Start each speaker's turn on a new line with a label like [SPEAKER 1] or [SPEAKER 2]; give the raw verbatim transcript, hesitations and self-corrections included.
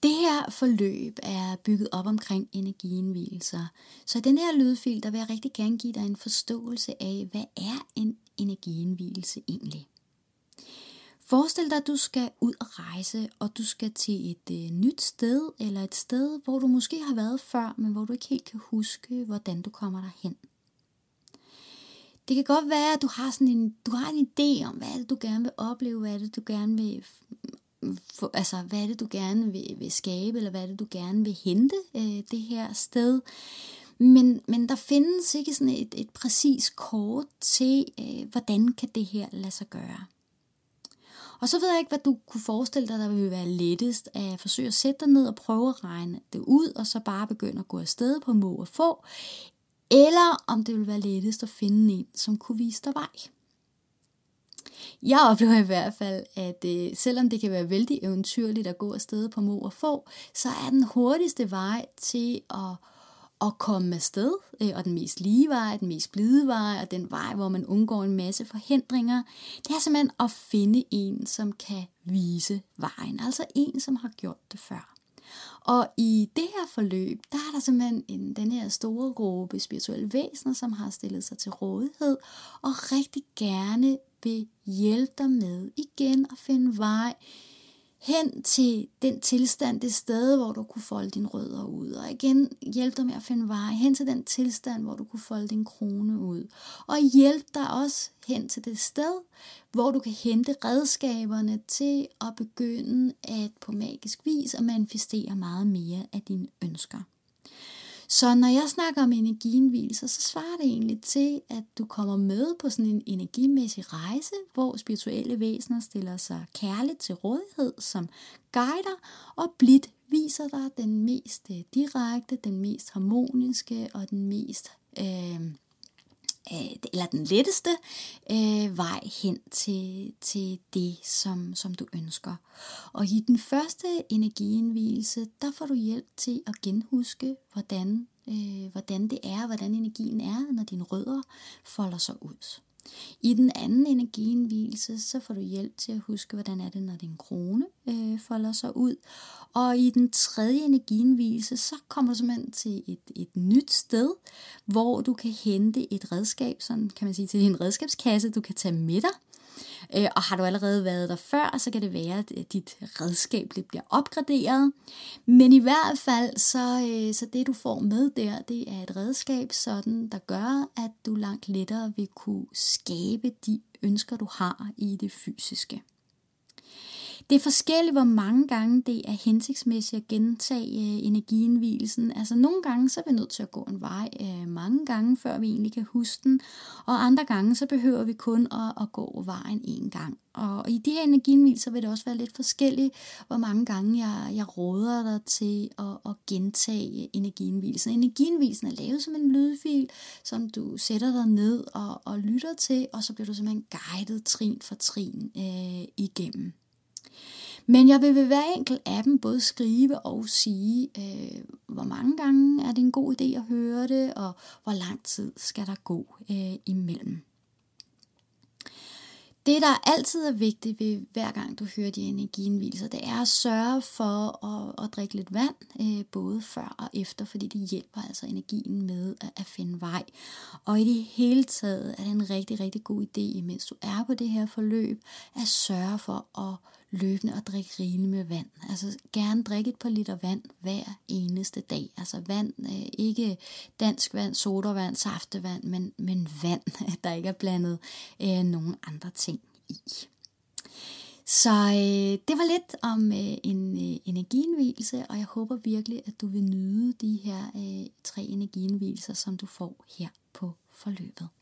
[SPEAKER 1] Det her forløb er bygget op omkring energiindvielser. Så i den her lydfil, der vil jeg rigtig gerne give dig en forståelse af, hvad er en energiindvielse egentlig? Forestil dig, at du skal ud og rejse, og du skal til et øh, nyt sted, eller et sted, hvor du måske har været før, men hvor du ikke helt kan huske, hvordan du kommer derhen. Det kan godt være, at du har, sådan en, du har en idé om, hvad er det, du gerne vil opleve, hvad er det, du gerne vil få, altså, hvad er det, du gerne vil, vil skabe, eller hvad er det, du gerne vil hente øh, det her sted. Men, men der findes ikke sådan et, et præcis kort til, øh, hvordan kan det her lade sig gøre. Og så ved jeg ikke, hvad du kunne forestille dig, der ville være lettest at forsøge at sætte dig ned og prøve at regne det ud, og så bare begynde at gå afsted på må og få, eller om det ville være lettest at finde en, som kunne vise dig vej. Jeg oplever i hvert fald, at øh, selvom det kan være vældig eventyrligt at gå afsted på må og få, så er den hurtigste vej til at, at komme afsted, øh, og den mest lige vej, den mest blide vej, og den vej, hvor man undgår en masse forhindringer, det er simpelthen at finde en, som kan vise vejen, altså en, som har gjort det før. Og i det her forløb, der er der simpelthen en, den her store gruppe spirituelle væsener, som har stillet sig til rådighed, og rigtig gerne vil hjælpe dig med igen at finde vej hen til den tilstand, det sted, hvor du kunne folde dine rødder ud. Og igen hjælpe dig med at finde vej hen til den tilstand, hvor du kunne folde din krone ud. Og hjælpe dig også hen til det sted, hvor du kan hente redskaberne til at begynde at på magisk vis at manifestere meget mere af dine ønsker. Så når jeg snakker om energiindvielser, så svarer det egentlig til, at du kommer med på sådan en energimæssig rejse, hvor spirituelle væsener stiller sig kærligt til rådighed som guider, og blidt viser dig den mest direkte, den mest harmoniske og den mest øh, eller den letteste øh, vej hen til, til det, som, som du ønsker. Og i den første energiindvielse, der får du hjælp til at genhuske, hvordan, øh, hvordan det er, hvordan energien er, når dine rødder folder sig ud. I den anden energiindvielse, så får du hjælp til at huske, hvordan er det, når din krone øh, folder sig ud. Og i den tredje energiindvielse, så kommer du simpelthen til et, et nyt sted, hvor du kan hente et redskab, sådan kan man sige, til din redskabskasse, du kan tage med dig. Øh, og har du allerede været der før, så kan det være, at dit redskab det bliver opgraderet. Men i hvert fald, så, øh, så det du får med der, det er et redskab, sådan, der gør, at du langt lettere vil kunne skabe de ønsker, du har i det fysiske. Det er forskelligt, hvor mange gange det er hensigtsmæssigt at gentage øh, energiindvielsen. Altså nogle gange, så er vi nødt til at gå en vej øh, mange gange, før vi egentlig kan huske den. Og andre gange, så behøver vi kun at, at gå vejen en gang. Og i de her energiindvielser vil det også være lidt forskelligt, hvor mange gange jeg, jeg råder dig til at, at gentage energiindvielsen. Energiindvielsen er lavet som en lydfil, som du sætter dig ned og, og lytter til, og så bliver du simpelthen guidet trin for trin øh, igennem. Men jeg vil ved hver enkelt af dem både skrive og sige, øh, hvor mange gange er det en god idé at høre det, og hvor lang tid skal der gå øh, imellem. Det, der altid er vigtigt ved hver gang du hører de energiindvielser, det er at sørge for at, at drikke lidt vand, øh, både før og efter, fordi det hjælper altså energien med at, at finde vej. Og i det hele taget er det en rigtig, rigtig god idé, mens du er på det her forløb, at sørge for at løbende at drikke rigeligt med vand. Altså gerne drikke et par liter vand hver eneste dag. Altså vand, øh, ikke dansk vand, sodavand, saftevand, men, men vand, der ikke er blandet øh, nogen andre ting i. Så øh, det var lidt om øh, en øh, energiindvielse, og jeg håber virkelig, at du vil nyde de her øh, tre energiindvielser, som du får her på forløbet.